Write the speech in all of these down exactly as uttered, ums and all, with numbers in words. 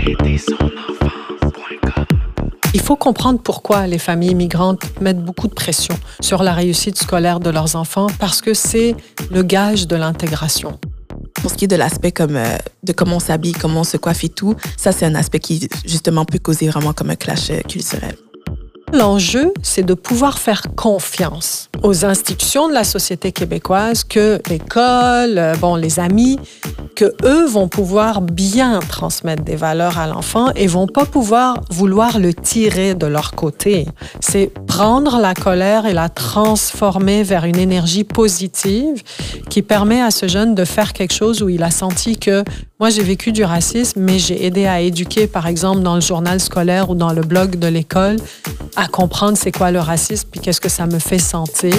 Il faut comprendre pourquoi les familles immigrantes mettent beaucoup de pression sur la réussite scolaire de leurs enfants, parce que c'est le gage de l'intégration. Pour ce qui est de l'aspect comme, euh, de comment on s'habille, comment on se coiffe et tout, ça, c'est un aspect qui, justement, peut causer vraiment comme un clash euh, culturel. L'enjeu, c'est de pouvoir faire confiance aux institutions de la société québécoise, que l'école, bon, les amis, que eux vont pouvoir bien transmettre des valeurs à l'enfant et vont pas pouvoir vouloir le tirer de leur côté. C'est prendre la colère et la transformer vers une énergie positive qui permet à ce jeune de faire quelque chose où il a senti que moi, j'ai vécu du racisme, mais j'ai aidé à éduquer, par exemple, dans le journal scolaire ou dans le blog de l'école, à comprendre c'est quoi le racisme puis qu'est-ce que ça me fait sentir.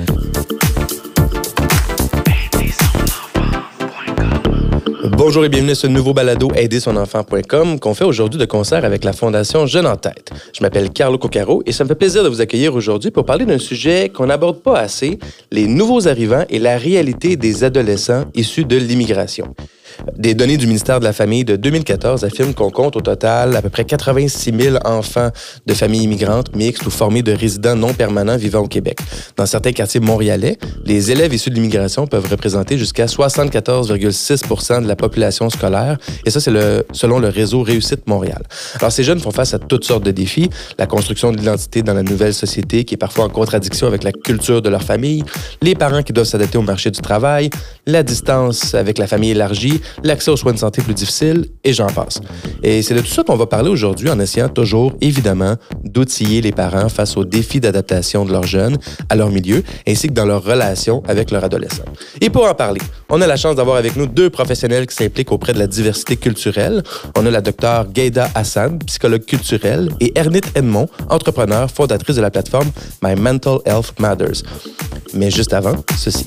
Bonjour et bienvenue à ce nouveau balado aider son enfant point com qu'on fait aujourd'hui de concert avec la Fondation Jeunes en Tête. Je m'appelle Carlo Coccaro et ça me fait plaisir de vous accueillir aujourd'hui pour parler d'un sujet qu'on n'aborde pas assez, les nouveaux arrivants et la réalité des adolescents issus de l'immigration. Des données du ministère de la Famille de deux mille quatorze affirment qu'on compte au total à peu près quatre-vingt-six mille enfants de familles immigrantes mixtes ou formés de résidents non permanents vivant au Québec. Dans certains quartiers montréalais, les élèves issus de l'immigration peuvent représenter jusqu'à soixante-quatorze virgule six pour cent de la population scolaire, et ça, c'est le, selon le réseau Réussite Montréal. Alors, ces jeunes font face à toutes sortes de défis, la construction de l'identité dans la nouvelle société qui est parfois en contradiction avec la culture de leur famille, les parents qui doivent s'adapter au marché du travail, la distance avec la famille élargie, l'accès aux soins de santé plus difficiles, et j'en passe. Et c'est de tout ça qu'on va parler aujourd'hui en essayant toujours, évidemment, d'outiller les parents face aux défis d'adaptation de leurs jeunes à leur milieu, ainsi que dans leur relation avec leurs adolescents. Et pour en parler, on a la chance d'avoir avec nous deux professionnels qui s'impliquent auprès de la diversité culturelle. On a la docteure Gaïda Hassan, psychologue culturelle, et Ernit Edmond, entrepreneur, fondatrice de la plateforme My Mental Health Matters. Mais juste avant, ceci.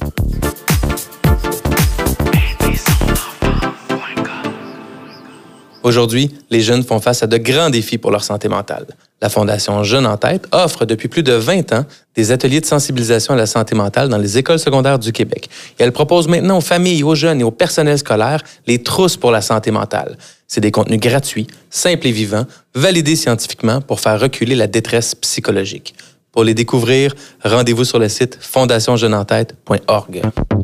Aujourd'hui, les jeunes font face à de grands défis pour leur santé mentale. La Fondation Jeunes en Tête offre depuis plus de vingt ans des ateliers de sensibilisation à la santé mentale dans les écoles secondaires du Québec. Et elle propose maintenant aux familles, aux jeunes et au personnel scolaire les trousses pour la santé mentale. C'est des contenus gratuits, simples et vivants, validés scientifiquement pour faire reculer la détresse psychologique. Pour les découvrir, rendez-vous sur le site fondation jeunes en tête point org.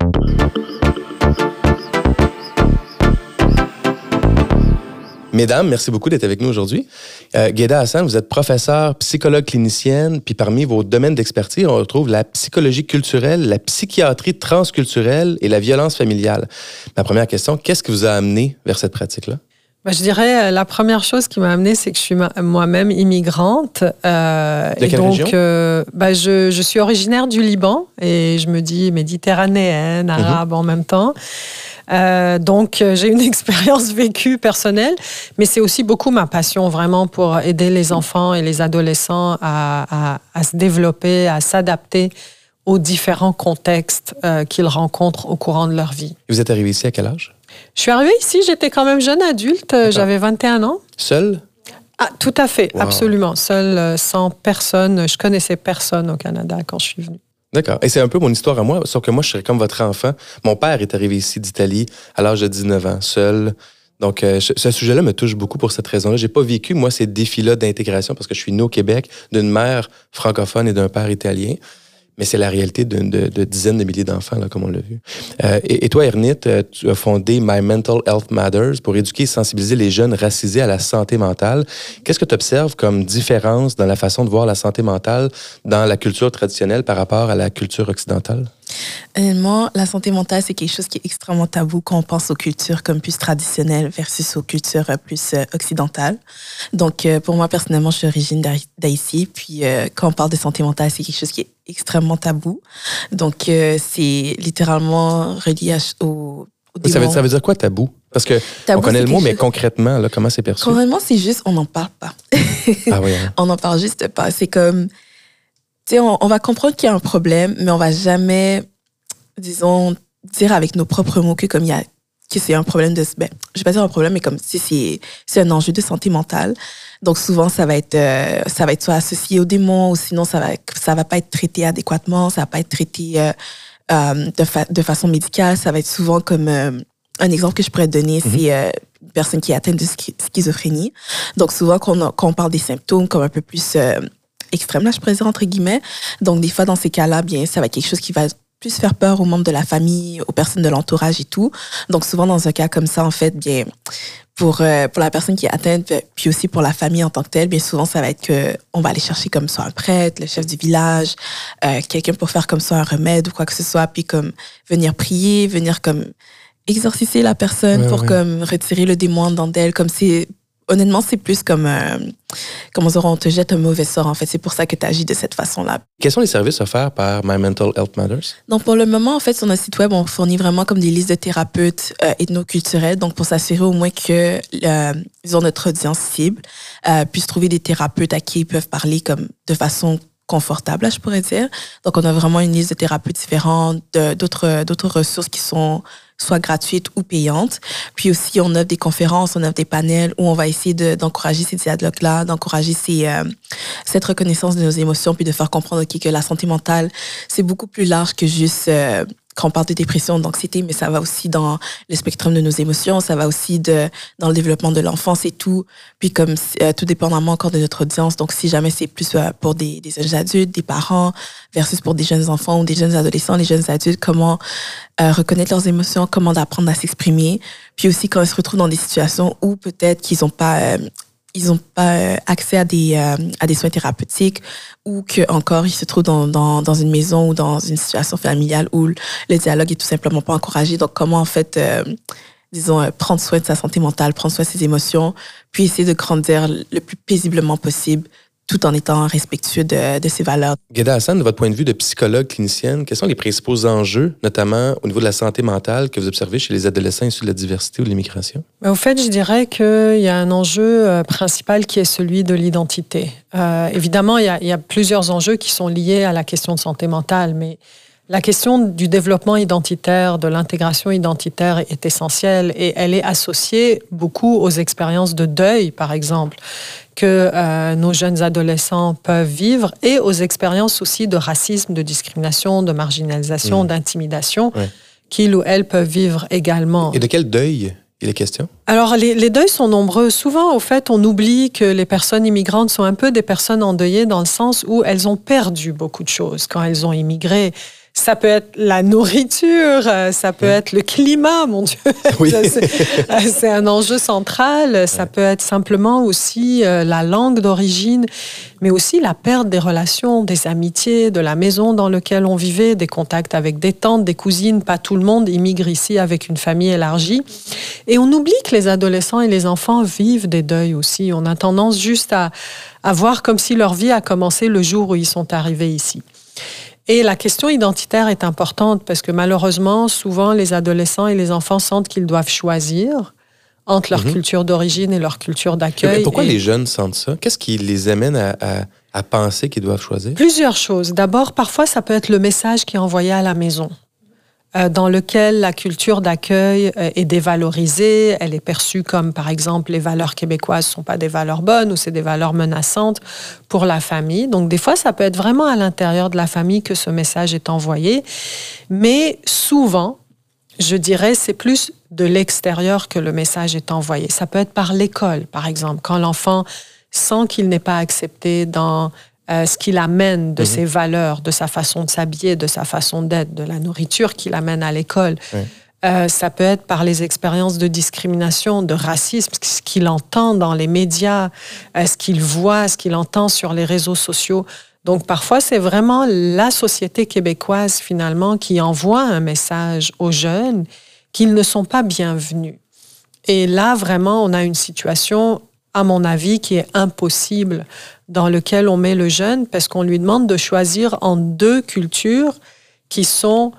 Mesdames, merci beaucoup d'être avec nous aujourd'hui. Euh, Gaïda Hassan, vous êtes professeure, psychologue clinicienne, puis parmi vos domaines d'expertise, on retrouve la psychologie culturelle, la psychiatrie transculturelle et la violence familiale. Ma première question, qu'est-ce qui vous a amené vers cette pratique-là? Ben, je dirais, la première chose qui m'a amenée, c'est que je suis ma- moi-même immigrante. Euh, de quelle et donc, région? euh, ben, je, je suis originaire du Liban et je me dis méditerranéenne, arabe mm-hmm. en même temps. Euh, donc, j'ai une expérience vécue personnelle, mais c'est aussi beaucoup ma passion vraiment pour aider les enfants et les adolescents à, à, à se développer, à s'adapter aux différents contextes euh, qu'ils rencontrent au courant de leur vie. Et vous êtes arrivé ici à quel âge? Je suis arrivée ici, j'étais quand même jeune adulte, D'accord. J'avais vingt et un ans. Seule? Ah, tout à fait, wow. Absolument. Seule, sans personne. Je connaissais personne au Canada quand je suis venue. D'accord. Et c'est un peu mon histoire à moi, sauf que moi, je serais comme votre enfant. Mon père est arrivé ici d'Italie à l'âge de dix-neuf ans, seul. Donc, euh, ce sujet-là me touche beaucoup pour cette raison-là. J'ai pas vécu, moi, ces défis-là d'intégration parce que je suis né au Québec d'une mère francophone et d'un père italien. Mais c'est la réalité de, de, de dizaines de milliers d'enfants, là, comme on l'a vu. Euh, et, et toi, Ernit, tu as fondé My Mental Health Matters pour éduquer et sensibiliser les jeunes racisés à la santé mentale. Qu'est-ce que tu observes comme différence dans la façon de voir la santé mentale dans la culture traditionnelle par rapport à la culture occidentale? Honnêtement, la santé mentale, c'est quelque chose qui est extrêmement tabou quand on pense aux cultures comme plus traditionnelles versus aux cultures plus euh, occidentales. Donc, euh, pour moi, personnellement, je suis originaire d'Haïti. Puis, euh, quand on parle de santé mentale, c'est quelque chose qui est extrêmement tabou. Donc, euh, c'est littéralement relié à, au, au ça veut, ça veut dire quoi, tabou? Parce que tabou, on connaît le mot, chose... mais concrètement, là, comment c'est perçu? Concrètement, c'est juste, on n'en parle pas. Ah oui, hein? On n'en parle juste pas. C'est comme... Tu sais, on, on va comprendre qu'il y a un problème, mais on va jamais, disons, dire avec nos propres mots que comme il y a, que c'est un problème de, ben, je vais pas dire un problème, mais comme si c'est, c'est un enjeu de santé mentale. Donc souvent, ça va être, euh, ça va être soit associé aux démons, ou sinon ça va, ça va pas être traité adéquatement, ça va pas être traité euh, euh, de, fa- de façon médicale, ça va être souvent comme euh, un exemple que je pourrais te donner, mm-hmm. c'est euh, une personne qui est atteinte de schizophrénie. Donc, souvent, quand on, a, quand on parle des symptômes comme un peu plus euh, extrêmes, là, je pourrais dire entre guillemets. Donc, des fois, dans ces cas-là, bien, ça va être quelque chose qui va plus faire peur aux membres de la famille, aux personnes de l'entourage et tout. Donc, souvent, dans un cas comme ça, en fait, bien, pour, euh, pour la personne qui est atteinte, puis aussi pour la famille en tant que telle, bien souvent, ça va être qu'on va aller chercher comme soit un prêtre, le chef du village, euh, quelqu'un pour faire comme ça un remède ou quoi que ce soit, puis comme venir prier, venir comme exorciser la personne ouais, pour ouais. comme retirer le démon dans d'elle, comme c'est... Honnêtement, c'est plus comme, euh, comme on te jette un mauvais sort, en fait. C'est pour ça que tu agis de cette façon-là. Quels sont les services offerts par My Mental Health Matters? Donc, pour le moment, en fait, sur notre site web, on fournit vraiment comme des listes de thérapeutes euh, ethnoculturels. Donc, pour s'assurer au moins que, euh, disons, notre audience cible euh, puisse trouver des thérapeutes à qui ils peuvent parler comme de façon confortable, là, je pourrais dire. Donc, on a vraiment une liste de thérapeutes différentes, de, d'autres, d'autres ressources qui sont soit gratuites ou payantes. Puis aussi, on offre des conférences, on offre des panels où on va essayer de, d'encourager ces dialogues-là, d'encourager ces, euh, cette reconnaissance de nos émotions, puis de faire comprendre okay, que la santé mentale, c'est beaucoup plus large que juste... Euh, quand on parle de dépression, d'anxiété, mais ça va aussi dans le spectre de nos émotions, ça va aussi de, dans le développement de l'enfance et tout. Puis comme euh, tout dépendamment encore de notre audience, donc si jamais c'est plus euh, pour des, des jeunes adultes, des parents, versus pour des jeunes enfants ou des jeunes adolescents, les jeunes adultes, comment euh, reconnaître leurs émotions, comment apprendre à s'exprimer. Puis aussi quand ils se retrouvent dans des situations où peut-être qu'ils n'ont pas... Euh, ils n'ont pas accès à des, euh, à des soins thérapeutiques ou que encore ils se trouvent dans, dans, dans une maison ou dans une situation familiale où le dialogue est tout simplement pas encouragé. Donc, comment en fait, euh, disons, euh, prendre soin de sa santé mentale, prendre soin de ses émotions, puis essayer de grandir le plus paisiblement possible tout en étant respectueux de, de ses valeurs. Gheda Hassan, de votre point de vue de psychologue clinicienne, quels sont les principaux enjeux, notamment au niveau de la santé mentale, que vous observez chez les adolescents issus de la diversité ou de l'immigration? Au fait, je dirais qu'il y a un enjeu euh, principal qui est celui de l'identité. Euh, évidemment, il y, a, il y a plusieurs enjeux qui sont liés à la question de santé mentale, mais la question du développement identitaire, de l'intégration identitaire est essentielle et elle est associée beaucoup aux expériences de deuil, par exemple, que euh, nos jeunes adolescents peuvent vivre et aux expériences aussi de racisme, de discrimination, de marginalisation, mmh. d'intimidation, ouais. qu'ils ou elles peuvent vivre également. Et de quel deuil il est question? Alors, les, les deuils sont nombreux. Souvent, au fait, on oublie que les personnes immigrantes sont un peu des personnes endeuillées dans le sens où elles ont perdu beaucoup de choses quand elles ont immigré. Ça peut être la nourriture, ça peut être le climat, mon Dieu. Oui. c'est, c'est un enjeu central. Ça peut être simplement aussi la langue d'origine, mais aussi la perte des relations, des amitiés, de la maison dans laquelle on vivait, des contacts avec des tantes, des cousines. Pas tout le monde immigre ici avec une famille élargie. Et on oublie que les adolescents et les enfants vivent des deuils aussi. On a tendance juste à, à voir comme si leur vie a commencé le jour où ils sont arrivés ici. Et la question identitaire est importante parce que malheureusement, souvent, les adolescents et les enfants sentent qu'ils doivent choisir entre leur mm-hmm. culture d'origine et leur culture d'accueil. Mais pourquoi et... les jeunes sentent ça? Qu'est-ce qui les amène à, à, à penser qu'ils doivent choisir? Plusieurs choses. D'abord, parfois, ça peut être le message qui est envoyé à la maison, euh, dans lequel la culture d'accueil euh, est dévalorisée. Elle est perçue comme, par exemple, les valeurs québécoises ne sont pas des valeurs bonnes ou c'est des valeurs menaçantes pour la famille. Donc, des fois, ça peut être vraiment à l'intérieur de la famille que ce message est envoyé. Mais souvent, je dirais, c'est plus de l'extérieur que le message est envoyé. Ça peut être par l'école, par exemple, quand l'enfant sent qu'il n'est pas accepté dans euh, ce qu'il amène de mmh. ses valeurs, de sa façon de s'habiller, de sa façon d'être, de la nourriture qu'il amène à l'école. Mmh. Euh, ça peut être par les expériences de discrimination, de racisme, ce qu'il entend dans les médias, euh, ce qu'il voit, ce qu'il entend sur les réseaux sociaux. Donc, parfois, c'est vraiment la société québécoise, finalement, qui envoie un message aux jeunes qu'ils ne sont pas bienvenus. Et là, vraiment, on a une situation, à mon avis, qui est impossible, dans laquelle on met le jeune, parce qu'on lui demande de choisir entre deux cultures qui sont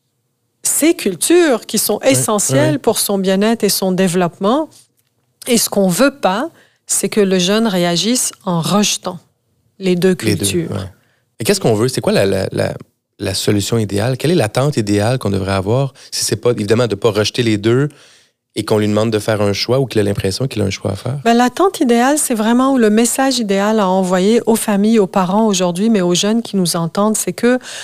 ces cultures, qui sont essentielles oui, oui. pour son bien-être et son développement. Et ce qu'on ne veut pas, c'est que le jeune réagisse en rejetant les deux cultures. Les deux, ouais. Et qu'est-ce qu'on veut? C'est quoi la, la, la, la solution idéale? Quelle est l'attente idéale qu'on devrait avoir? Si c'est pas, évidemment, de ne pas rejeter les deux et qu'on lui demande de faire un choix ou qu'il a l'impression qu'il a un choix à faire? Ben, l'attente idéale, c'est vraiment où le message idéal à envoyer aux familles, aux parents aujourd'hui, mais aux jeunes qui nous entendent, c'est que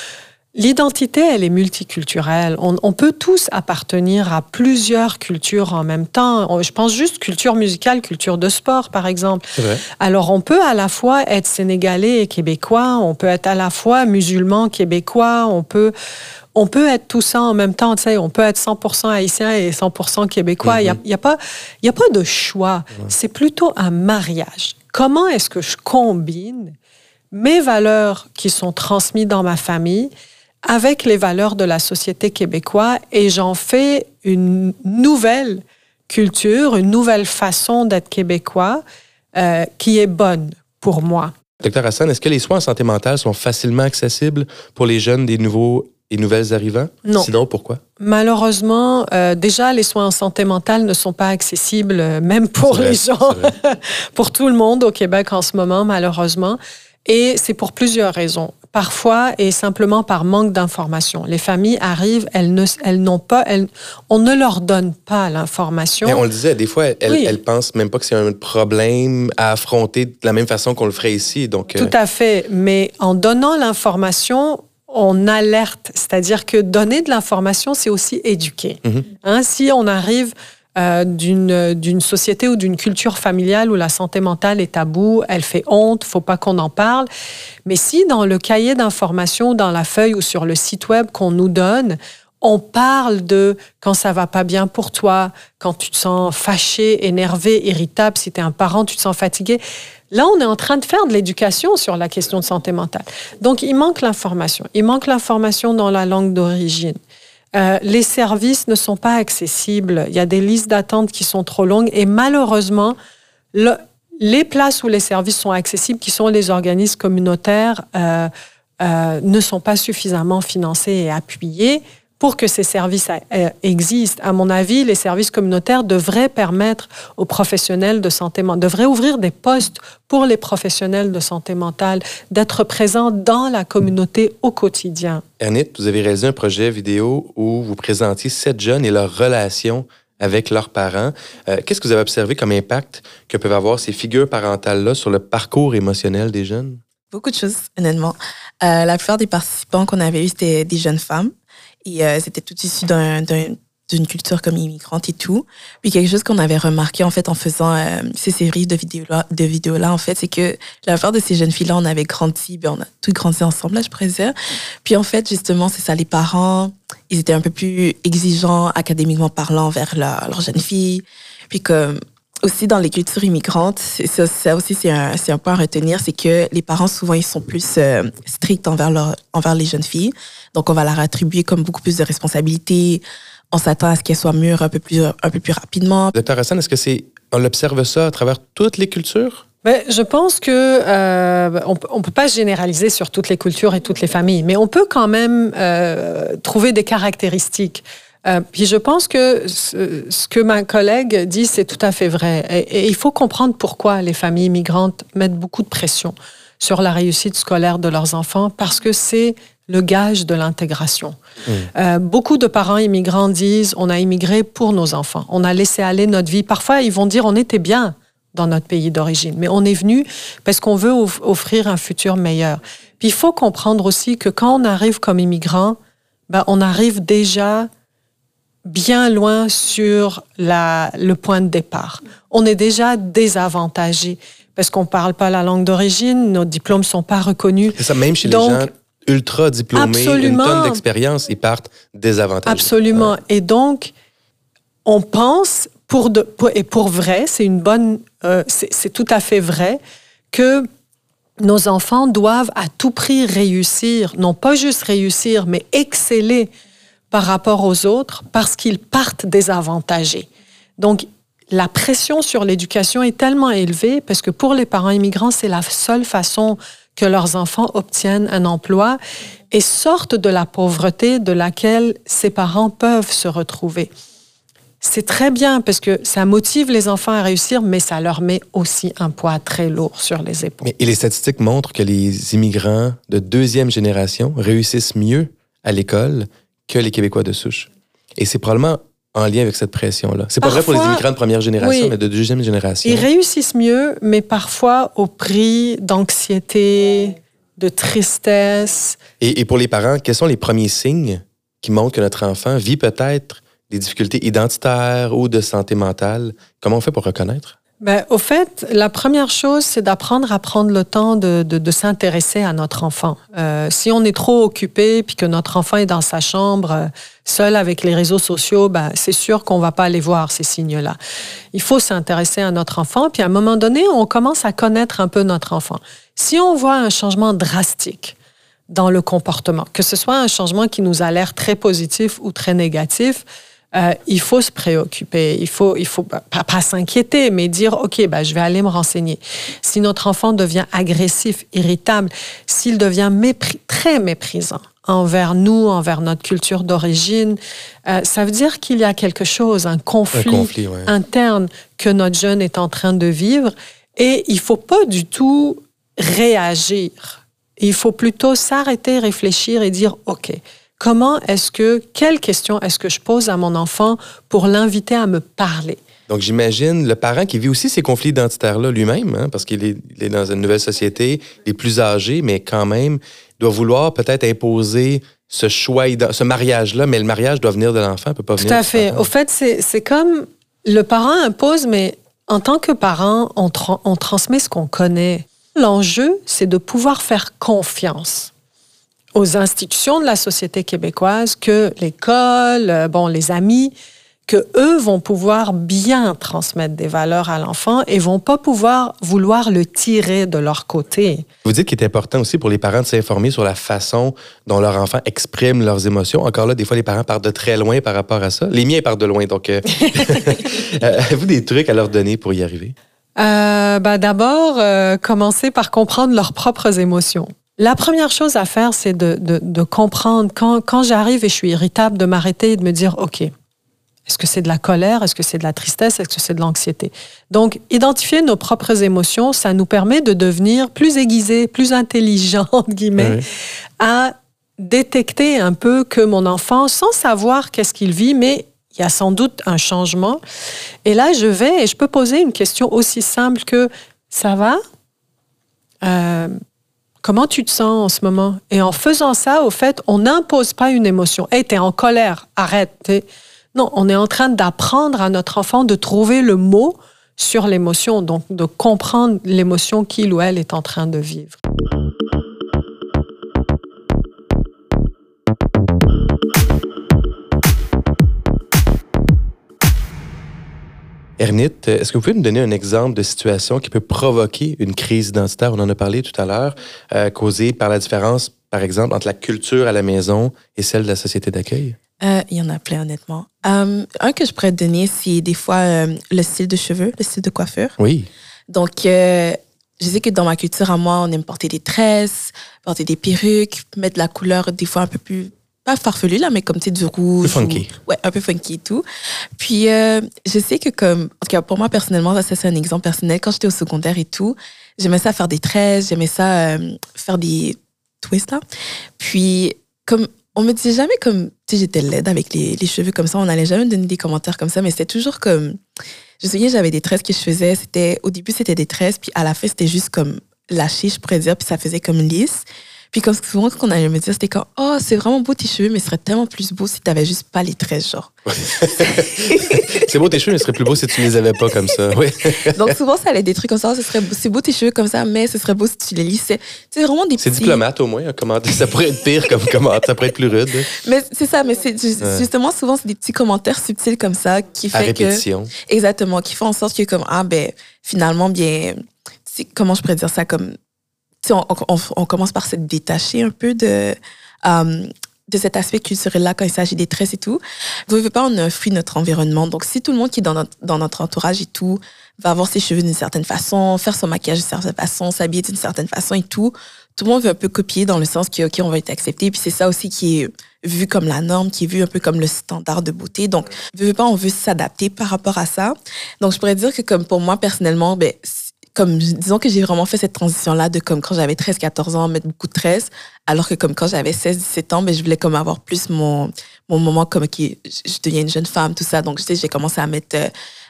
L'identité, elle est multiculturelle. On, on peut tous appartenir à plusieurs cultures en même temps. Je pense juste culture musicale, culture de sport, par exemple. C'est vrai. Alors, on peut à la fois être sénégalais et québécois, on peut être à la fois musulman québécois, on peut, on peut être tout ça en même temps. Tu sais, on peut être cent pour cent haïtien et cent pour cent québécois. Il mm-hmm. n'y a, y a pas, y a pas de choix. Mm-hmm. C'est plutôt un mariage. Comment est-ce que je combine mes valeurs qui sont transmises dans ma famille avec les valeurs de la société québécoise et j'en fais une nouvelle culture, une nouvelle façon d'être québécois euh, qui est bonne pour moi. Docteur Hassan, est-ce que les soins en santé mentale sont facilement accessibles pour les jeunes des nouveaux et nouvelles arrivants? Non. Sinon, pourquoi? Malheureusement, euh, déjà, les soins en santé mentale ne sont pas accessibles, euh, même pour vrai, les gens, pour tout le monde au Québec en ce moment, malheureusement. Et c'est pour plusieurs raisons. Parfois, et simplement par manque d'information. Les familles arrivent, elles, ne, elles n'ont pas, elles, on ne leur donne pas l'information. Mais on le disait, des fois, elles, oui. elles pensent même pas que c'est un problème à affronter de la même façon qu'on le ferait ici. Donc, Tout à fait. Mais en donnant l'information, on alerte. C'est-à-dire que donner de l'information, c'est aussi éduquer. Mm-hmm. Hein, si on arrive Euh, d'une, d'une société ou d'une culture familiale où la santé mentale est tabou, elle fait honte, faut pas qu'on en parle. Mais si dans le cahier d'information, dans la feuille ou sur le site web qu'on nous donne, on parle de quand ça va pas bien pour toi, quand tu te sens fâché, énervé, irritable, si tu es un parent, tu te sens fatigué. Là, on est en train de faire de l'éducation sur la question de santé mentale. Donc, il manque l'information. Il manque l'information dans la langue d'origine. Euh, les services ne sont pas accessibles. Il y a des listes d'attente qui sont trop longues et malheureusement, le, les places où les services sont accessibles, qui sont les organismes communautaires, euh, euh, ne sont pas suffisamment financés et appuyés pour que ces services euh, existent. À mon avis, les services communautaires devraient permettre aux professionnels de santé mentale, devraient ouvrir des postes pour les professionnels de santé mentale, d'être présents dans la communauté au quotidien. Ernit, vous avez réalisé un projet vidéo où vous présentiez sept jeunes et leurs relations avec leurs parents. Euh, qu'est-ce que vous avez observé comme impact que peuvent avoir ces figures parentales-là sur le parcours émotionnel des jeunes? Beaucoup de choses, honnêtement. Euh, la plupart des participants qu'on avait eus, c'était des jeunes femmes. Et euh, c'était tout issu d'un, d'un, d'une culture comme immigrante et tout. Puis quelque chose qu'on avait remarqué en fait en faisant euh, ces séries de vidéos-là, de vidéos-là en fait, c'est que la plupart de ces jeunes filles-là, on avait grandi, ben on a tous grandi ensemble, là, je pourrais dire. Puis en fait, justement, c'est ça, les parents, ils étaient un peu plus exigeants académiquement parlant envers leurs leur jeunes filles. Puis comme aussi dans les cultures immigrantes, c'est ça, ça aussi c'est un, c'est un point à retenir, c'est que les parents souvent ils sont plus euh, stricts envers leur, envers les jeunes filles. Donc on va leur attribuer comme beaucoup plus de responsabilités. On s'attend à ce qu'elles soient mûres un peu plus un peu plus rapidement. Docteur Hassan, est-ce que c'est on observe ça à travers toutes les cultures? Ben, je pense que euh, on, on peut pas généraliser sur toutes les cultures et toutes les familles, mais on peut quand même euh, trouver des caractéristiques. Euh, puis je pense que ce, ce que ma collègue dit, c'est tout à fait vrai. Et, et il faut comprendre pourquoi les familles immigrantes mettent beaucoup de pression sur la réussite scolaire de leurs enfants, parce que c'est le gage de l'intégration. Mmh. Euh, beaucoup de parents immigrants disent, on a immigré pour nos enfants, on a laissé aller notre vie. Parfois, ils vont dire, on était bien dans notre pays d'origine, mais on est venu parce qu'on veut offrir un futur meilleur. Puis il faut comprendre aussi que quand on arrive comme immigrant, ben, on arrive déjà bien loin sur la, le point de départ. On est déjà désavantagé parce qu'on ne parle pas la langue d'origine, nos diplômes ne sont pas reconnus. C'est ça, même chez Donc, les gens ultra diplômés, absolument, une tonne d'expérience, ils partent désavantagés. Absolument. Ouais. Et donc, on pense, pour de, pour, et pour vrai, c'est une bonne, euh, c'est, c'est tout à fait vrai, que nos enfants doivent à tout prix réussir, non pas juste réussir, mais exceller par rapport aux autres parce qu'ils partent désavantagés. Donc, la pression sur l'éducation est tellement élevée parce que pour les parents immigrants, c'est la seule façon que leurs enfants obtiennent un emploi et sortent de la pauvreté de laquelle ces parents peuvent se retrouver. C'est très bien parce que ça motive les enfants à réussir, mais ça leur met aussi un poids très lourd sur les épaules. Et les statistiques montrent que les immigrants de deuxième génération réussissent mieux à l'école que les Québécois de souche. Et c'est probablement en lien avec cette pression-là. C'est parfois, pas vrai pour les immigrants de première génération, oui, mais de deuxième génération. Ils réussissent mieux, mais parfois au prix d'anxiété, de tristesse. Et, et pour les parents, quels sont les premiers signes qui montrent que notre enfant vit peut-être des difficultés identitaires ou de santé mentale? Comment on fait pour reconnaître? Ben, au fait, la première chose, c'est d'apprendre à prendre le temps de, de, de s'intéresser à notre enfant. Euh, si on est trop occupé puis que notre enfant est dans sa chambre, euh, seul avec les réseaux sociaux, ben, c'est sûr qu'on va pas aller voir ces signes-là. Il faut s'intéresser à notre enfant, puis à un moment donné, on commence à connaître un peu notre enfant. Si on voit un changement drastique dans le comportement, que ce soit un changement qui nous a l'air très positif ou très négatif, Euh, il faut se préoccuper, il faut, il faut pas, pas s'inquiéter, mais dire, OK, ben, je vais aller me renseigner. Si notre enfant devient agressif, irritable, s'il devient mépris, très méprisant envers nous, envers notre culture d'origine, euh, ça veut dire qu'il y a quelque chose, un conflit, un conflit ouais. interne que notre jeune est en train de vivre et il faut pas du tout réagir. Il faut plutôt s'arrêter, réfléchir et dire, OK, comment est-ce que, quelle question est-ce que je pose à mon enfant pour l'inviter à me parler? Donc, j'imagine le parent qui vit aussi ces conflits identitaires-là lui-même, hein, parce qu'il est, il est dans une nouvelle société, il est plus âgé, mais quand même, doit vouloir peut-être imposer ce choix, ce mariage-là, mais le mariage doit venir de l'enfant, ne peut pas venir Tout à fait. Au fait, c'est, c'est comme le parent impose, mais en tant que parent, on, tra- on transmet ce qu'on connaît. L'enjeu, c'est de pouvoir faire confiance aux institutions de la société québécoise, que l'école, bon, les amis, que eux vont pouvoir bien transmettre des valeurs à l'enfant et vont pas pouvoir vouloir le tirer de leur côté. Vous dites qu'il est important aussi pour les parents de s'informer sur la façon dont leur enfant exprime leurs émotions. Encore là, des fois, les parents partent de très loin par rapport à ça. Les miens partent de loin, donc euh, avez-vous des trucs à leur donner pour y arriver? Euh, ben d'abord, euh, commencer par comprendre leurs propres émotions. La première chose à faire, c'est de, de, de comprendre, quand, quand j'arrive et je suis irritable, de m'arrêter et de me dire, OK, est-ce que c'est de la colère? Est-ce que c'est de la tristesse? Est-ce que c'est de l'anxiété? Donc, identifier nos propres émotions, ça nous permet de devenir plus aiguisés, plus intelligents, entre guillemets, oui. à détecter un peu que mon enfant, sans savoir qu'est-ce qu'il vit, mais il y a sans doute un changement. Et là, je vais et je peux poser une question aussi simple que, ça va? Euh, Comment tu te sens en ce moment? Et en faisant ça, au fait, on n'impose pas une émotion. Hey, t'es en colère, arrête. T'es... Non, on est en train d'apprendre à notre enfant de trouver le mot sur l'émotion, donc de comprendre l'émotion qu'il ou elle est en train de vivre. Ernit, est-ce que vous pouvez nous donner un exemple de situation qui peut provoquer une crise identitaire? On en a parlé tout à l'heure, euh, causée par la différence, par exemple, entre la culture à la maison et celle de la société d'accueil? Euh, il y en a plein, honnêtement. Um, un que je pourrais te donner, c'est des fois euh, le style de cheveux, le style de coiffure. Oui. Donc, euh, je sais que dans ma culture à moi, on aime porter des tresses, porter des perruques, mettre de la couleur des fois un peu plus... pas farfelu, là, mais comme, tu sais, du rouge. Un peu funky. Ou, ouais, un peu funky et tout. Puis, euh, je sais que comme... En tout cas, pour moi, personnellement, ça, c'est un exemple personnel. Quand j'étais au secondaire et tout, j'aimais ça faire des tresses, j'aimais ça euh, faire des twists, là. Puis, comme... On me disait jamais comme... Tu sais, j'étais laide avec les, les cheveux comme ça. On n'allait jamais me donner des commentaires comme ça, mais c'était toujours comme... Je me souviens, j'avais des tresses que je faisais. C'était... Au début, c'était des tresses, puis à la fin, c'était juste comme lâché, je pourrais dire, puis ça faisait comme lisse. Puis comme souvent, ce qu'on allait me dire, c'était comme « Oh, c'est vraiment beau tes cheveux, mais ce serait tellement plus beau si tu n'avais juste pas les tresses, genre. » C'est beau tes cheveux, mais ce serait plus beau si tu les avais pas comme ça. Oui. Donc souvent, ça allait des trucs comme ça. Ce serait, c'est beau tes cheveux comme ça, mais ce serait beau si tu les lissais. C'est vraiment des petits... C'est diplomate au moins. Comment... Ça pourrait être pire comme commentaire, ça pourrait être plus rude. Mais c'est ça, mais c'est justement, ouais. Souvent, c'est des petits commentaires subtils comme ça qui fait à répétition. Que... Exactement, qui font en sorte que comme, ah ben, finalement, bien... Comment je pourrais dire ça comme... On, on, on commence par se détacher un peu de, um, de cet aspect culturel-là quand il s'agit des tresses et tout. Vous ne voulez pas, on est un fruit de notre environnement. Donc, si tout le monde qui est dans notre, dans notre entourage et tout va avoir ses cheveux d'une certaine façon, faire son maquillage d'une certaine façon, s'habiller d'une certaine façon et tout, tout le monde veut un peu copier dans le sens que, OK, on va être accepté. Puis c'est ça aussi qui est vu comme la norme, qui est vu un peu comme le standard de beauté. Donc, vous ne voulez pas, on veut s'adapter par rapport à ça. Donc, je pourrais dire que comme pour moi, personnellement, ben, comme, disons que j'ai vraiment fait cette transition-là de comme quand j'avais treize quatorze ans, mettre beaucoup de tresses, alors que comme quand j'avais seize dix-sept ans, ben, je voulais comme avoir plus mon, mon moment comme qui je deviens une jeune femme, tout ça. Donc, tu sais, j'ai commencé à mettre, euh,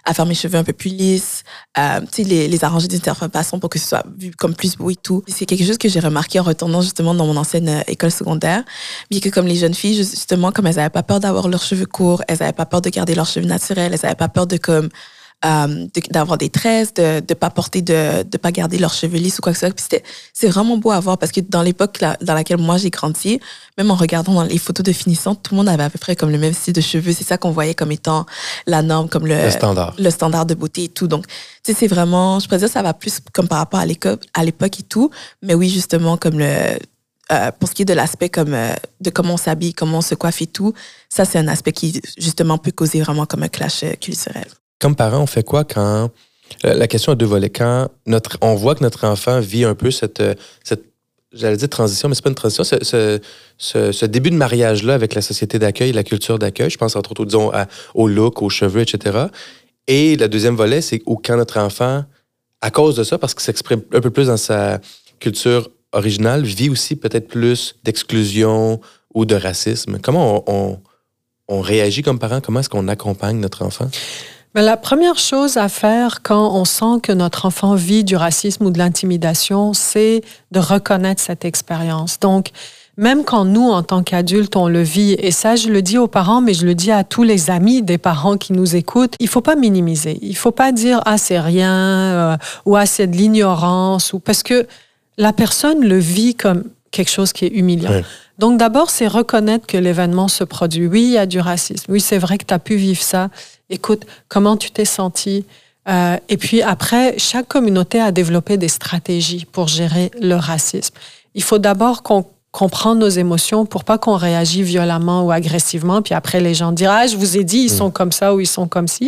à faire mes cheveux un peu plus lisses, euh, tu sais, les, les arranger d'une certaine façon pour que ce soit vu comme plus beau et tout. C'est quelque chose que j'ai remarqué en retournant justement dans mon ancienne euh, école secondaire. Bien que comme les jeunes filles, justement, comme elles n'avaient pas peur d'avoir leurs cheveux courts, elles n'avaient pas peur de garder leurs cheveux naturels, elles n'avaient pas peur de comme euh, de, d'avoir des tresses, de de pas porter de de pas garder leurs cheveux lisses ou quoi que ce soit. Puis c'était c'est vraiment beau à voir parce que dans l'époque là, dans laquelle moi j'ai grandi, même en regardant dans les photos de finissants, tout le monde avait à peu près comme le même style de cheveux. C'est ça qu'on voyait comme étant la norme, comme le, le standard, le standard de beauté et tout. Donc tu sais, c'est vraiment, je pourrais dire ça va plus comme par rapport à l'époque à l'époque et tout. Mais oui, justement comme le Euh, pour ce qui est de l'aspect comme euh, de comment on s'habille, comment on se coiffe et tout, ça c'est un aspect qui justement peut causer vraiment comme un clash euh, culturel. Comme parents, on fait quoi quand la question a deux volets, quand notre on voit que notre enfant vit un peu cette cette j'allais dire transition, mais c'est pas une transition, ce, ce, ce, ce début de mariage là avec la société d'accueil, la culture d'accueil. Je pense entre autres disons à, au look, aux cheveux, et cetera. Et le deuxième volet, c'est où quand notre enfant, à cause de ça, parce qu'il s'exprime un peu plus dans sa culture originale, vit aussi peut-être plus d'exclusion ou de racisme. Comment on, on, on réagit comme parents? Comment est-ce qu'on accompagne notre enfant? Mais la première chose à faire quand on sent que notre enfant vit du racisme ou de l'intimidation, c'est de reconnaître cette expérience. Donc, même quand nous, en tant qu'adultes, on le vit, et ça, je le dis aux parents, mais je le dis à tous les amis des parents qui nous écoutent, il faut pas minimiser. Il faut pas dire « Ah, c'est rien euh, » ou « Ah, c'est de l'ignorance » ou parce que la personne le vit comme quelque chose qui est humiliant. Oui. Donc d'abord, c'est reconnaître que l'événement se produit. Oui, il y a du racisme. Oui, c'est vrai que tu as pu vivre ça. Écoute, comment tu t'es senti? Euh, et puis après, chaque communauté a développé des stratégies pour gérer le racisme. Il faut d'abord qu'on comprenne nos émotions pour pas qu'on réagisse violemment ou agressivement. Puis après, les gens disent « Ah, je vous ai dit, ils mmh. sont comme ça ou ils sont comme ci ».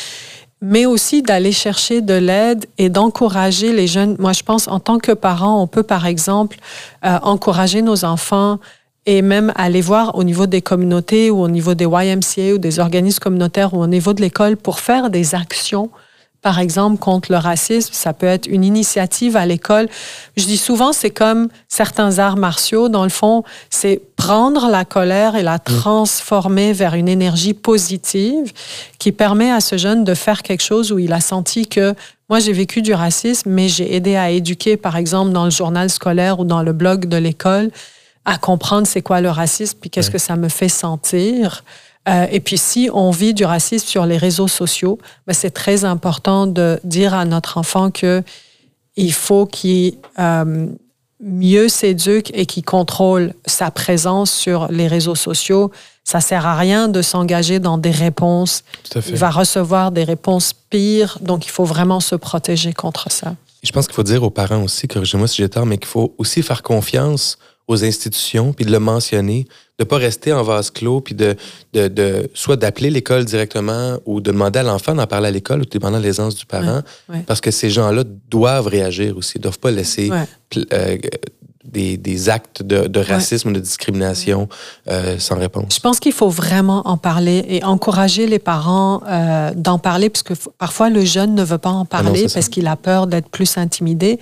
Mais aussi d'aller chercher de l'aide et d'encourager les jeunes. Moi, je pense, en tant que parents, on peut, par exemple, euh, encourager nos enfants et même aller voir au niveau des communautés ou au niveau des Y M C A ou des organismes communautaires ou au niveau de l'école pour faire des actions, par exemple, contre le racisme. Ça peut être une initiative à l'école. Je dis souvent, c'est comme certains arts martiaux. Dans le fond, c'est prendre la colère et la transformer vers une énergie positive qui permet à ce jeune de faire quelque chose où il a senti que moi, j'ai vécu du racisme, mais j'ai aidé à éduquer, par exemple, dans le journal scolaire ou dans le blog de l'école, à comprendre c'est quoi le racisme puis qu'est-ce ouais. que ça me fait sentir. Euh, et puis, si on vit du racisme sur les réseaux sociaux, ben, c'est très important de dire à notre enfant qu'il faut qu'il euh, mieux s'éduque et qu'il contrôle sa présence sur les réseaux sociaux. Ça ne sert à rien de s'engager dans des réponses. Tout à fait. Il va recevoir des réponses pires, donc il faut vraiment se protéger contre ça. Et je pense qu'il faut dire aux parents aussi, corrigez-moi si j'ai tort, mais qu'il faut aussi faire confiance aux institutions, puis de le mentionner, de ne pas rester en vase clos, puis de, de, de soit d'appeler l'école directement ou de demander à l'enfant d'en parler à l'école, ou dépendant de l'aisance du parent, ouais, ouais. parce que ces gens-là doivent réagir aussi, ne doivent pas laisser ouais. euh, des, des actes de, de racisme ou ouais. de discrimination euh, sans réponse. Je pense qu'il faut vraiment en parler et encourager les parents euh, d'en parler, parce que parfois le jeune ne veut pas en parler ah non, parce qu'il a peur d'être plus intimidé.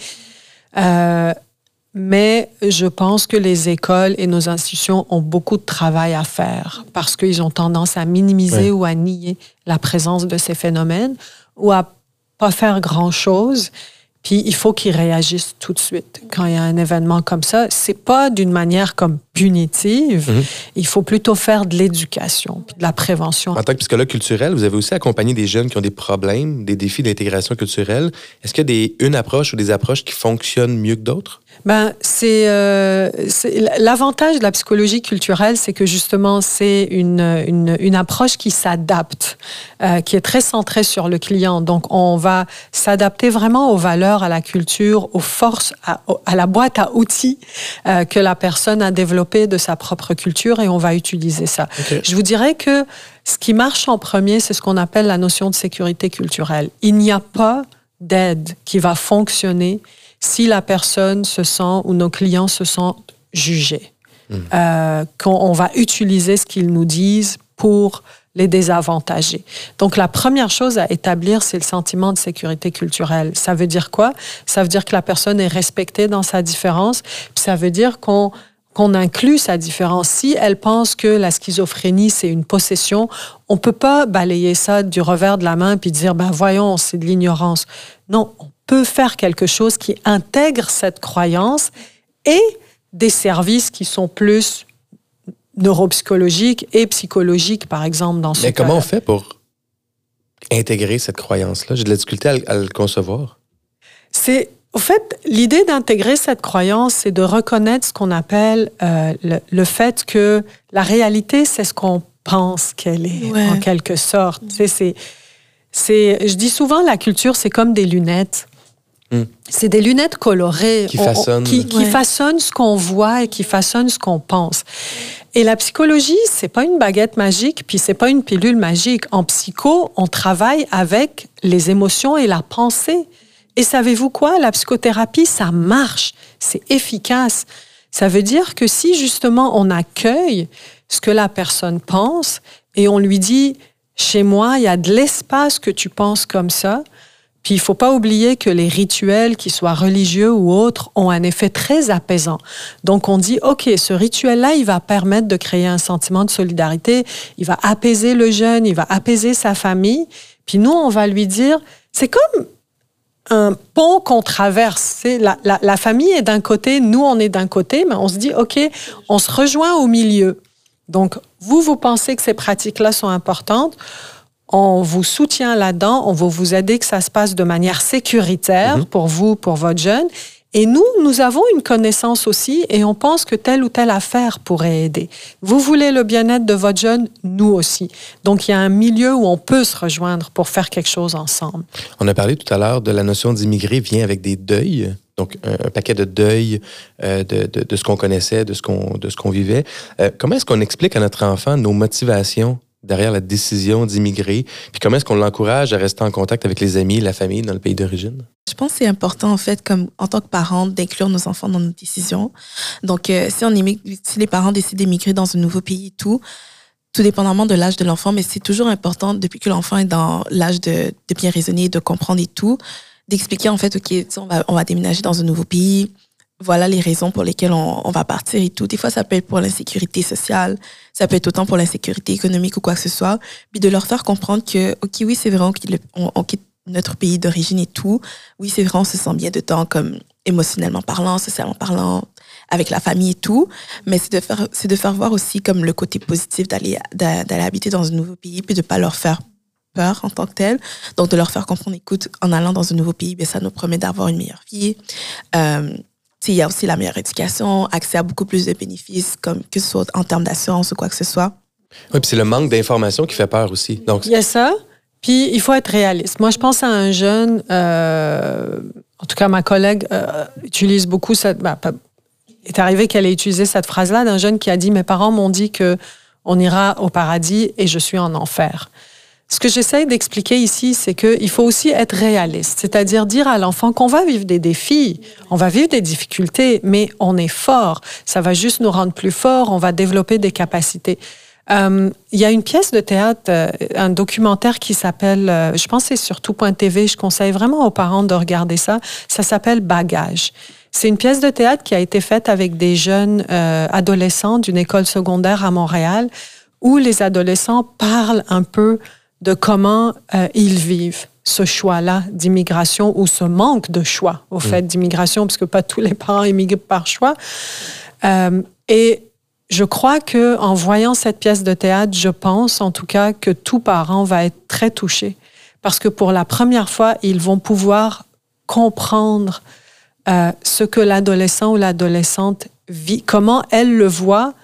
Euh, Mais je pense que les écoles et nos institutions ont beaucoup de travail à faire parce qu'ils ont tendance à minimiser oui. ou à nier la présence de ces phénomènes ou à pas faire grand-chose. Puis il faut qu'ils réagissent tout de suite quand il y a un événement comme ça. C'est pas d'une manière comme punitive. Mm-hmm. Il faut plutôt faire de l'éducation puis de la prévention. En tant que psychologue culturel, vous avez aussi accompagné des jeunes qui ont des problèmes, des défis d'intégration culturelle. Est-ce qu'il y a des, une approche ou des approches qui fonctionnent mieux que d'autres? Ben, c'est, euh, c'est l'avantage de la psychologie culturelle, c'est que justement c'est une une, une approche qui s'adapte, euh, qui est très centrée sur le client. Donc on va s'adapter vraiment aux valeurs, à la culture, aux forces, à, à la boîte à outils euh, que la personne a développée de sa propre culture et on va utiliser ça. Okay. Je vous dirais que ce qui marche en premier, c'est ce qu'on appelle la notion de sécurité culturelle. Il n'y a pas d'aide qui va fonctionner si la personne se sent ou nos clients se sentent jugés. Mmh. Euh, qu'on va utiliser ce qu'ils nous disent pour les désavantager. Donc, la première chose à établir, c'est le sentiment de sécurité culturelle. Ça veut dire quoi? Ça veut dire que la personne est respectée dans sa différence, puis ça veut dire qu'on qu'on inclut sa différence. Si elle pense que la schizophrénie, c'est une possession, on ne peut pas balayer ça du revers de la main puis dire, ben voyons, c'est de l'ignorance. Non, on peut faire quelque chose qui intègre cette croyance et des services qui sont plus neuropsychologiques et psychologiques, par exemple, dans ce cas. Mais comment on fait pour intégrer cette croyance-là? J'ai de la difficulté à, à le concevoir. C'est... Au fait, l'idée d'intégrer cette croyance, c'est de reconnaître ce qu'on appelle euh, le, le fait que la réalité, c'est ce qu'on pense qu'elle est, ouais. en quelque sorte. Mm. Tu sais, c'est, c'est, je dis souvent, la culture, c'est comme des lunettes. Mm. C'est des lunettes colorées qui façonnent, qui, qui ouais. façonnent ce qu'on voit et qui façonnent ce qu'on pense. Et la psychologie, c'est pas une baguette magique, puis c'est pas une pilule magique. En psycho, on travaille avec les émotions et la pensée. Et savez-vous quoi? La psychothérapie, ça marche, c'est efficace. Ça veut dire que si justement on accueille ce que la personne pense et on lui dit « Chez moi, il y a de l'espace que tu penses comme ça », puis il ne faut pas oublier que les rituels, qu'ils soient religieux ou autres, ont un effet très apaisant. Donc on dit « OK, ce rituel-là, il va permettre de créer un sentiment de solidarité, il va apaiser le jeune, il va apaiser sa famille. » Puis nous, on va lui dire « C'est comme... » un pont qu'on traverse. La, la, la famille est d'un côté, nous, on est d'un côté, mais on se dit, OK, on se rejoint au milieu. Donc, vous, vous pensez que ces pratiques-là sont importantes. On vous soutient là-dedans. On va vous aider que ça se passe de manière sécuritaire mm-hmm. pour vous, pour votre jeune. Et nous, nous avons une connaissance aussi et on pense que telle ou telle affaire pourrait aider. Vous voulez le bien-être de votre jeune, nous aussi. Donc, il y a un milieu où on peut se rejoindre pour faire quelque chose ensemble. On a parlé tout à l'heure de la notion d'immigré vient avec des deuils, donc un, un paquet de deuils euh, de, de, de ce qu'on connaissait, de ce qu'on, de ce qu'on vivait. Euh, comment est-ce qu'on explique à notre enfant nos motivations derrière la décision d'immigrer? Puis comment est-ce qu'on l'encourage à rester en contact avec les amis, la famille dans le pays d'origine? Je pense que c'est important, en fait, comme en tant que parents, d'inclure nos enfants dans nos décisions. Donc, euh, si, on émigre, si les parents décident d'émigrer dans un nouveau pays et tout, tout dépendamment de l'âge de l'enfant, mais c'est toujours important, depuis que l'enfant est dans l'âge de, de bien raisonner, de comprendre et tout, d'expliquer, en fait, OK, on va, on va déménager dans un nouveau pays. Voilà les raisons pour lesquelles on, on va partir et tout. Des fois, ça peut être pour l'insécurité sociale, ça peut être autant pour l'insécurité économique ou quoi que ce soit. Puis de leur faire comprendre que, OK, oui, c'est vrai, on quitte, le, on, on quitte notre pays d'origine et tout. Oui, c'est vrai, on se sent bien dedans, comme émotionnellement parlant, socialement parlant, avec la famille et tout. Mais c'est de faire, c'est de faire voir aussi comme le côté positif d'aller, d'aller habiter dans un nouveau pays, puis de ne pas leur faire peur en tant que tel. Donc, de leur faire comprendre, écoute, en allant dans un nouveau pays, bien, ça nous promet d'avoir une meilleure vie. Euh, Il y a aussi la meilleure éducation, accès à beaucoup plus de bénéfices, comme que ce soit en termes d'assurance ou quoi que ce soit. Oui, puis c'est le manque d'information qui fait peur aussi. Donc, il y a ça, puis il faut être réaliste. Moi, je pense à un jeune, euh, en tout cas, ma collègue euh, utilise beaucoup cette... Ben, il est arrivé qu'elle ait utilisé cette phrase-là d'un jeune qui a dit « Mes parents m'ont dit qu'on ira au paradis et je suis en enfer ». Ce que j'essaie d'expliquer ici, c'est qu'il faut aussi être réaliste, c'est-à-dire dire à l'enfant qu'on va vivre des défis, on va vivre des difficultés, mais on est fort. Ça va juste nous rendre plus forts, on va développer des capacités. Euh, il y a une pièce de théâtre, euh, un documentaire qui s'appelle, euh, je pense que c'est sur tout point t v, je conseille vraiment aux parents de regarder ça, ça s'appelle « Bagage ». C'est une pièce de théâtre qui a été faite avec des jeunes euh, adolescents d'une école secondaire à Montréal, où les adolescents parlent un peu de comment euh, ils vivent ce choix-là d'immigration ou ce manque de choix, au fait, mmh. d'immigration, parce que pas tous les parents immigrent par choix. Euh, et je crois qu'en voyant cette pièce de théâtre, je pense en tout cas que tout parent va être très touché, parce que pour la première fois, ils vont pouvoir comprendre euh, ce que l'adolescent ou l'adolescente vit, comment elle le voit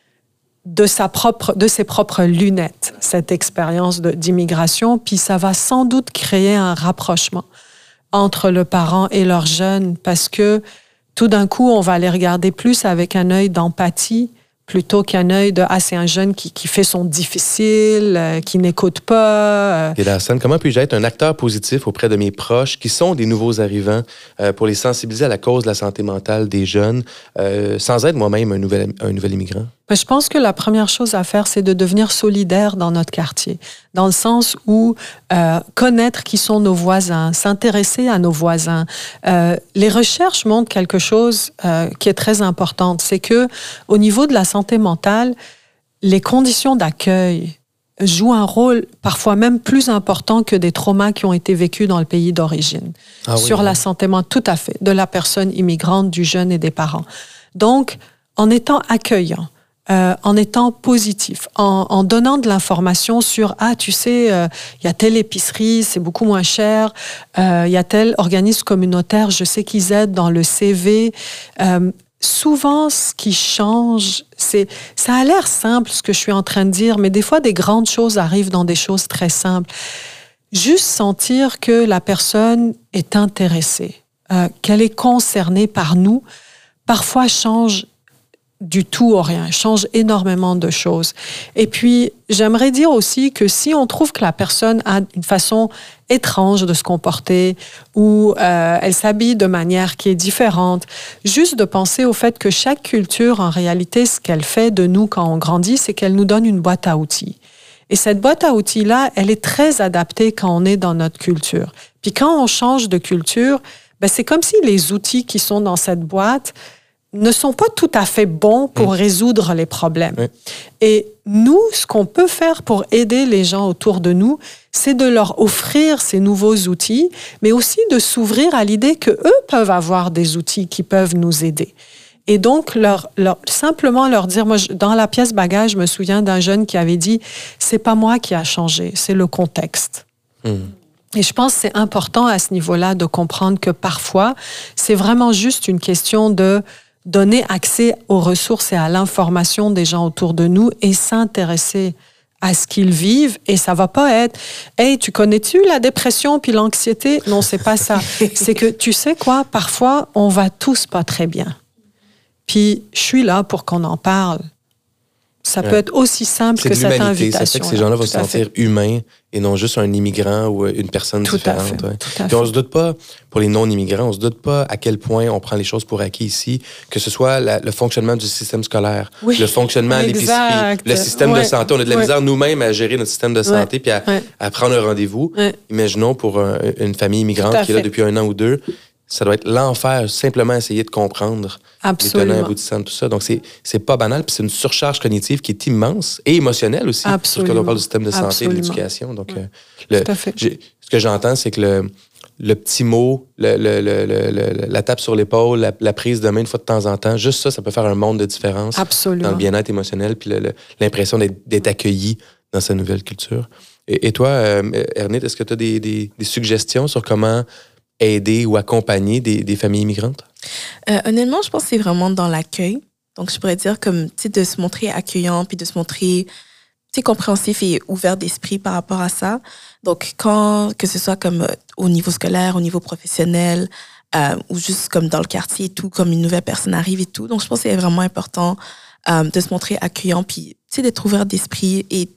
de sa propre, de ses propres lunettes, cette expérience de, d'immigration, puis ça va sans doute créer un rapprochement entre le parent et leur jeune, parce que tout d'un coup, on va les regarder plus avec un œil d'empathie, plutôt qu'un œil de « Ah, c'est un jeune qui, qui fait son difficile, euh, qui n'écoute pas. Euh. » Et Larsen, comment puis-je être un acteur positif auprès de mes proches qui sont des nouveaux arrivants euh, pour les sensibiliser à la cause de la santé mentale des jeunes, euh, sans être moi-même un nouvel, un nouvel immigrant? Je pense que la première chose à faire, c'est de devenir solidaire dans notre quartier, dans le sens où euh, connaître qui sont nos voisins, s'intéresser à nos voisins. Euh, les recherches montrent quelque chose euh, qui est très important, c'est que au niveau de la santé mentale, les conditions d'accueil jouent un rôle parfois même plus important que des traumas qui ont été vécus dans le pays d'origine. Ah oui, sur oui. La santé mentale, tout à fait, de la personne immigrante, du jeune et des parents. Donc, en étant accueillant, Euh, en étant positif, en, en donnant de l'information sur « Ah, tu sais, il euh, y a telle épicerie, c'est beaucoup moins cher. Il euh, y a tel organisme communautaire, je sais qu'ils aident dans le C V. Euh, » Souvent, ce qui change, c'est... Ça a l'air simple, ce que je suis en train de dire, mais des fois, des grandes choses arrivent dans des choses très simples. Juste sentir que la personne est intéressée, euh, qu'elle est concernée par nous, parfois change du tout au rien, change énormément de choses. Et puis, j'aimerais dire aussi que si on trouve que la personne a une façon étrange de se comporter ou euh, elle s'habille de manière qui est différente, juste de penser au fait que chaque culture, en réalité, ce qu'elle fait de nous quand on grandit, c'est qu'elle nous donne une boîte à outils. Et cette boîte à outils-là, elle est très adaptée quand on est dans notre culture. Puis quand on change de culture, ben c'est comme si les outils qui sont dans cette boîte ne sont pas tout à fait bons pour mmh. résoudre les problèmes. Oui. Et nous, ce qu'on peut faire pour aider les gens autour de nous, c'est de leur offrir ces nouveaux outils, mais aussi de s'ouvrir à l'idée qu'eux peuvent avoir des outils qui peuvent nous aider. Et donc, leur, leur, simplement leur dire, moi, je, dans la pièce bagage, je me souviens d'un jeune qui avait dit, c'est pas moi qui a changé, c'est le contexte. Mmh. Et je pense que c'est important à ce niveau-là de comprendre que parfois, c'est vraiment juste une question de donner accès aux ressources et à l'information des gens autour de nous et s'intéresser à ce qu'ils vivent. Et ça va pas être « Hey, tu connais-tu la dépression puis l'anxiété? » Non, c'est pas ça. C'est que, tu sais quoi, parfois, on va tous pas très bien. Puis, je suis là pour qu'on en parle. Ça peut ouais. être aussi simple c'est que cette invitation. Ça fait que ces gens-là vont se sentir humains et non juste un immigrant ou une personne tout différente. À ouais. Tout à Puis on se doute pas, pour les non-immigrants, on se doute pas à quel point on prend les choses pour acquis ici, que ce soit la, le fonctionnement du système scolaire, oui. le fonctionnement à l'épicerie, le système ouais. de santé. On a de la ouais. misère nous-mêmes à gérer notre système de santé ouais. puis à, ouais. à prendre un rendez-vous. Ouais. Imaginons pour un, une famille immigrante qui est là depuis un an ou deux, ça doit être l'enfer, simplement essayer de comprendre Absolument. les tenants aboutissants de tout ça. Donc, c'est, c'est pas banal, puis c'est une surcharge cognitive qui est immense et émotionnelle aussi. Absolument. Parce qu'on parle du système de santé Absolument. Et de l'éducation. Donc, ouais. euh, le, j'ai, ce que j'entends, c'est que le, le petit mot, le, le, le, le, le, la tape sur l'épaule, la, la prise de main une fois de temps en temps, juste ça, ça peut faire un monde de différence Absolument. Dans le bien-être émotionnel puis le, le, l'impression d'être, d'être accueilli dans sa nouvelle culture. Et, et toi, euh, Ernest, est-ce que tu as des, des, des suggestions sur comment aider ou accompagner des, des familles immigrantes? Euh, honnêtement, je pense que c'est vraiment dans l'accueil. Donc, je pourrais dire comme, tu sais, de se montrer accueillant puis de se montrer, tu sais, compréhensif et ouvert d'esprit par rapport à ça. Donc, quand, que ce soit comme euh, au niveau scolaire, au niveau professionnel, euh, ou juste comme dans le quartier et tout, comme une nouvelle personne arrive et tout. Donc, je pense que c'est vraiment important euh, de se montrer accueillant puis, tu sais, d'être ouvert d'esprit et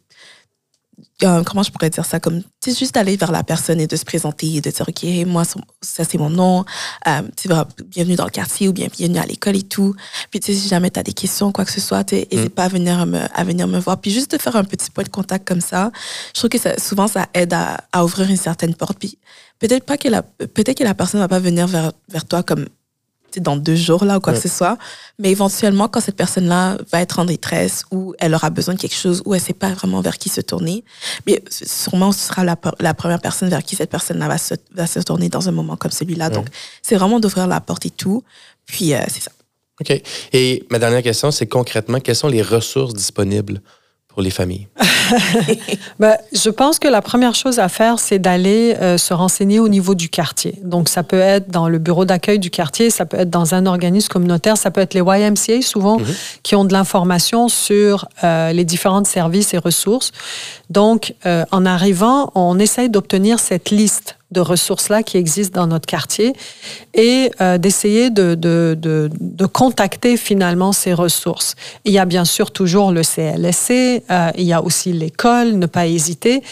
Euh, comment je pourrais dire ça, comme tu sais, juste aller vers la personne et de se présenter et de dire ok, moi ça c'est mon nom, euh, tu sais, bienvenue dans le quartier ou bien bienvenue à l'école et tout. Puis tu sais, si jamais tu as des questions quoi que ce soit, tu sais, n'hésite mm. pas à venir me à venir me voir. Puis juste de faire un petit point de contact comme ça, je trouve que ça, souvent ça aide à, à ouvrir une certaine porte. Puis peut-être pas que la peut-être que la personne va pas venir vers vers toi comme dans deux jours là ou quoi ouais. que ce soit, mais éventuellement quand cette personne-là va être en détresse ou elle aura besoin de quelque chose ou elle sait pas vraiment vers qui se tourner, mais sûrement ce sera la, la première personne vers qui cette personne-là va se, va se tourner dans un moment comme celui-là. Ouais. Donc c'est vraiment d'ouvrir la porte et tout, puis euh, c'est ça. OK. Et ma dernière question, c'est concrètement, quelles sont les ressources disponibles pour les familles? ben, je pense que la première chose à faire, c'est d'aller euh, se renseigner au niveau du quartier. Donc, ça peut être dans le bureau d'accueil du quartier, ça peut être dans un organisme communautaire, ça peut être les Y M C A souvent, mm-hmm. qui ont de l'information sur euh, les différents services et ressources. Donc, euh, en arrivant, on essaye d'obtenir cette liste de ressources-là qui existent dans notre quartier et euh, d'essayer de, de, de, de contacter finalement ces ressources. Il y a bien sûr toujours le C L S C, euh, il y a aussi l'école, ne pas hésiter.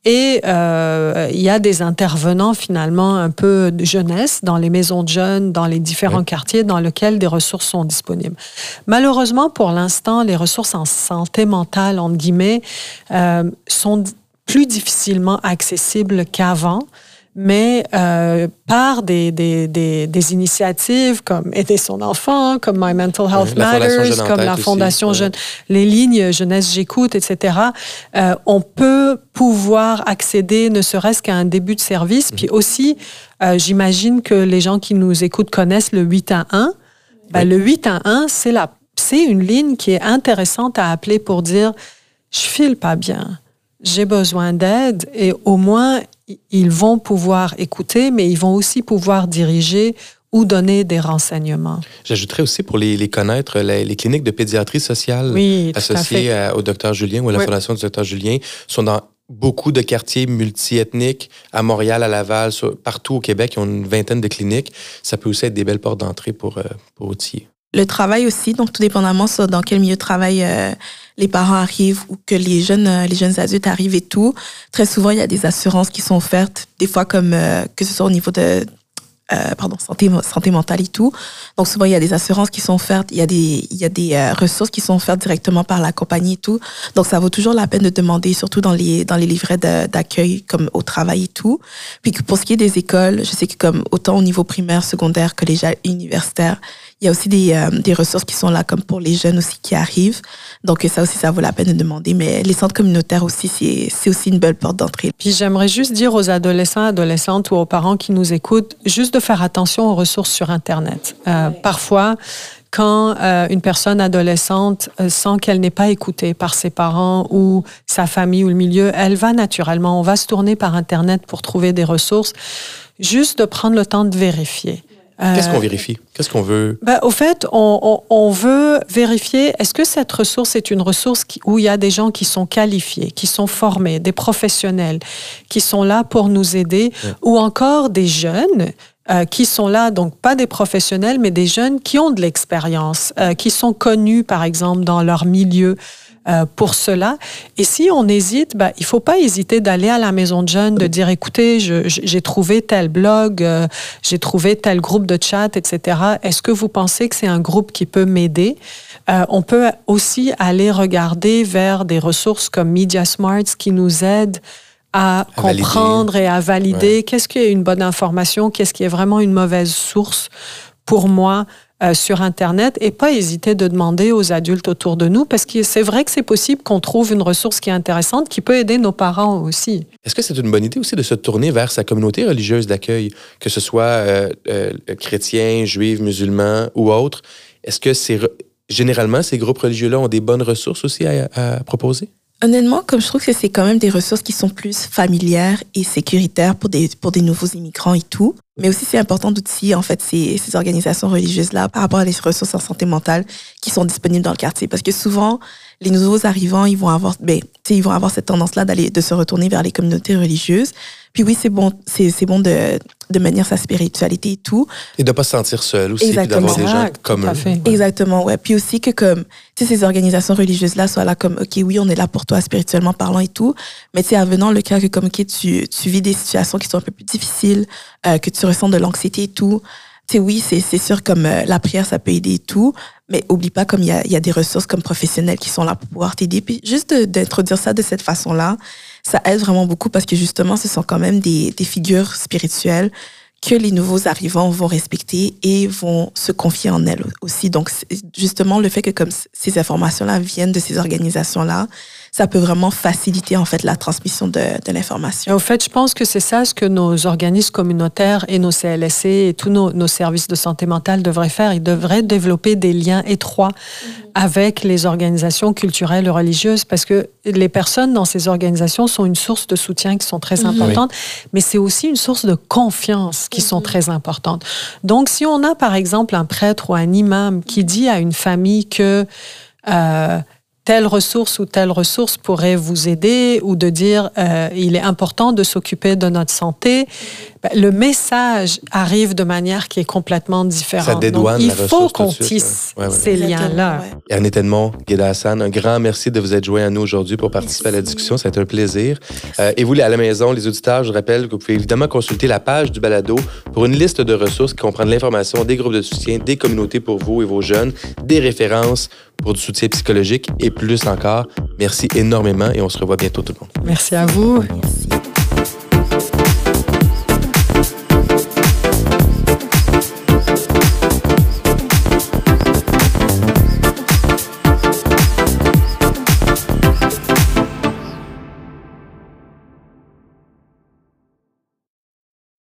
Et euh, il y a des intervenants finalement un peu de jeunesse dans les maisons de jeunes, dans les différents oui. quartiers dans lesquels des ressources sont disponibles. Malheureusement, pour l'instant, les ressources en santé mentale, entre guillemets, euh, sont plus difficilement accessibles qu'avant. Mais euh, par des, des, des, des initiatives comme Aider son enfant, comme My Mental Health oui, Matters, comme la Fondation aussi, Jeune, ouais. les lignes Jeunesse J'écoute, et cetera, euh, on peut pouvoir accéder ne serait-ce qu'à un début de service. Mm-hmm. Puis aussi, euh, j'imagine que les gens qui nous écoutent connaissent le huit un un. Ben, oui. Le huit un un, c'est, la, c'est une ligne qui est intéressante à appeler pour dire « je file pas bien ». J'ai besoin d'aide et au moins, ils vont pouvoir écouter, mais ils vont aussi pouvoir diriger ou donner des renseignements. J'ajouterais aussi pour les, les connaître, les, les cliniques de pédiatrie sociale oui, associées à à, au docteur Julien ou à la oui. Fondation du docteur Julien sont dans beaucoup de quartiers multiethniques, à Montréal, à Laval, sur, partout au Québec. Ils ont une vingtaine de cliniques. Ça peut aussi être des belles portes d'entrée pour, euh, pour outiller. Le travail aussi, donc tout dépendamment sur dans quel milieu de travail euh, les parents arrivent ou que les jeunes euh, les jeunes adultes arrivent et tout. Très souvent, il y a des assurances qui sont offertes, des fois comme euh, que ce soit au niveau de euh, pardon santé santé mentale et tout. Donc souvent, il y a des assurances qui sont offertes, il y a des il y a des euh, ressources qui sont offertes directement par la compagnie et tout. Donc ça vaut toujours la peine de demander, surtout dans les dans les livrets de, d'accueil comme au travail et tout. Puis pour ce qui est des écoles, je sais que comme autant au niveau primaire, secondaire, collégial, universitaire, il y a aussi des, euh, des ressources qui sont là, comme pour les jeunes aussi qui arrivent. Donc, ça aussi, ça vaut la peine de demander. Mais les centres communautaires aussi, c'est, c'est aussi une belle porte d'entrée. Puis, j'aimerais juste dire aux adolescents, adolescentes ou aux parents qui nous écoutent, juste de faire attention aux ressources sur Internet. Euh, parfois, quand euh, une personne adolescente euh, sent qu'elle n'est pas écoutée par ses parents ou sa famille ou le milieu, elle va naturellement, on va se tourner par Internet pour trouver des ressources. Juste de prendre le temps de vérifier. Qu'est-ce qu'on vérifie? Qu'est-ce qu'on veut? Ben, au fait, on, on, on veut vérifier, est-ce que cette ressource est une ressource qui, où il y a des gens qui sont qualifiés, qui sont formés, des professionnels, qui sont là pour nous aider, ouais. ou encore des jeunes euh, qui sont là, donc pas des professionnels, mais des jeunes qui ont de l'expérience, euh, qui sont connus, par exemple, dans leur milieu, Euh, pour cela. Et si on hésite, ben, il ne faut pas hésiter d'aller à la maison de jeunes, de dire, écoutez, je, j'ai trouvé tel blog, euh, j'ai trouvé tel groupe de chat, et cetera. Est-ce que vous pensez que c'est un groupe qui peut m'aider? Euh, on peut aussi aller regarder vers des ressources comme Media Smarts qui nous aident à, à comprendre valider. et à valider ouais. qu'est-ce qui est une bonne information, qu'est-ce qui est vraiment une mauvaise source pour moi Euh, sur Internet et pas hésiter de demander aux adultes autour de nous parce que c'est vrai que c'est possible qu'on trouve une ressource qui est intéressante, qui peut aider nos parents aussi. Est-ce que c'est une bonne idée aussi de se tourner vers sa communauté religieuse d'accueil, que ce soit euh, euh, chrétiens, juifs, musulmans ou autres? Est-ce que c'est généralement ces groupes religieux-là ont des bonnes ressources aussi à, à proposer? Honnêtement, comme je trouve que c'est quand même des ressources qui sont plus familières et sécuritaires pour des, pour des nouveaux immigrants et tout. Mais aussi, c'est important d'outiller, en fait, ces, ces organisations religieuses-là par rapport à les ressources en santé mentale qui sont disponibles dans le quartier. Parce que souvent, les nouveaux arrivants, ils vont avoir, ben, tu sais, ils vont avoir cette tendance-là d'aller, de se retourner vers les communautés religieuses. Puis oui, c'est bon, c'est, c'est bon de, de maintenir sa spiritualité et tout. Et de ne pas se sentir seul aussi. Exactement. Puis d'avoir des gens comme eux. Ouais. Exactement, ouais. Puis aussi que comme, tu sais, ces organisations religieuses-là soient là comme, OK, oui, on est là pour toi spirituellement parlant et tout. Mais tu sais, avenant le cas que comme, OK, tu, tu vis des situations qui sont un peu plus difficiles, euh, que tu ressens de l'anxiété et tout. Tu sais, oui, c'est, c'est sûr, comme euh, la prière, ça peut aider et tout. Mais oublie pas, comme il y a, y a des ressources comme professionnels qui sont là pour pouvoir t'aider. Puis juste de, d'introduire ça de cette façon-là, ça aide vraiment beaucoup parce que justement, ce sont quand même des, des figures spirituelles que les nouveaux arrivants vont respecter et vont se confier en elles aussi. Donc, justement, le fait que comme ces informations-là viennent de ces organisations-là, ça peut vraiment faciliter en fait la transmission de, de l'information. Au fait, je pense que c'est ça ce que nos organismes communautaires et nos C L S C et tous nos, nos services de santé mentale devraient faire. Ils devraient développer des liens étroits mm-hmm. avec les organisations culturelles et religieuses parce que les personnes dans ces organisations sont une source de soutien qui sont très mm-hmm. importantes, oui. mais c'est aussi une source de confiance qui mm-hmm. sont très importantes. Donc, si on a par exemple un prêtre ou un imam qui dit à une famille que euh, telle ressource ou telle ressource pourrait vous aider ou de dire euh, il est important de s'occuper de notre santé, ben, le message arrive de manière qui est complètement différente. Ça dédouane Donc, la il faut ressource qu'on tout de suite, tisse ouais. Ouais, ouais. ces liens-là. Ouais. Yarnit Edmond, Gheda Hassan, un grand merci de vous être joints à nous aujourd'hui pour participer merci. à la discussion. Ça a été un plaisir. Euh, et vous, à la maison, les auditeurs, je vous rappelle que vous pouvez évidemment consulter la page du balado pour une liste de ressources qui comprend de l'information, des groupes de soutien, des communautés pour vous et vos jeunes, des références pour du soutien psychologique et plus encore. Merci énormément et on se revoit bientôt tout le monde. Merci à vous. Merci.